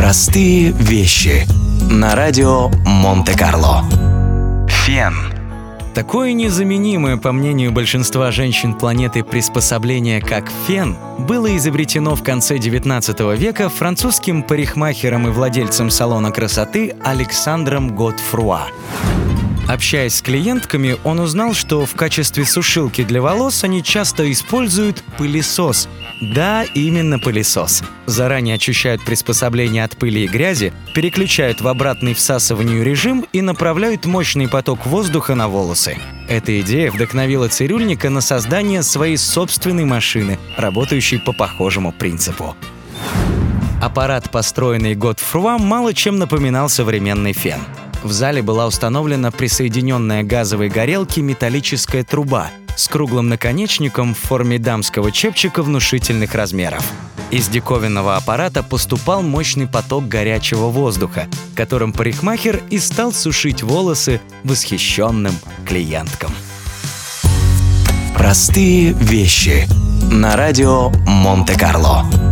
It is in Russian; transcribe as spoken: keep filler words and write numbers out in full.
Простые вещи на радио Монте-Карло. Фен. Такое незаменимое, по мнению большинства женщин планеты, приспособление, как фен, было изобретено в конце девятнадцатого века французским парикмахером и владельцем салона красоты Александром Готфруа. Общаясь с клиентками, он узнал, что в качестве сушилки для волос они часто используют пылесос. Да, именно пылесос. Заранее очищают приспособление от пыли и грязи, переключают в обратный всасыванию режим и направляют мощный поток воздуха на волосы. Эта идея вдохновила цирюльника на создание своей собственной машины, работающей по похожему принципу. Аппарат, построенный Готфруа, мало чем напоминал современный фен. В зале была установлена присоединенная к газовой горелке металлическая труба с круглым наконечником в форме дамского чепчика внушительных размеров. Из диковинного аппарата поступал мощный поток горячего воздуха, которым парикмахер и стал сушить волосы восхищенным клиенткам. Простые вещи на радио Монте-Карло.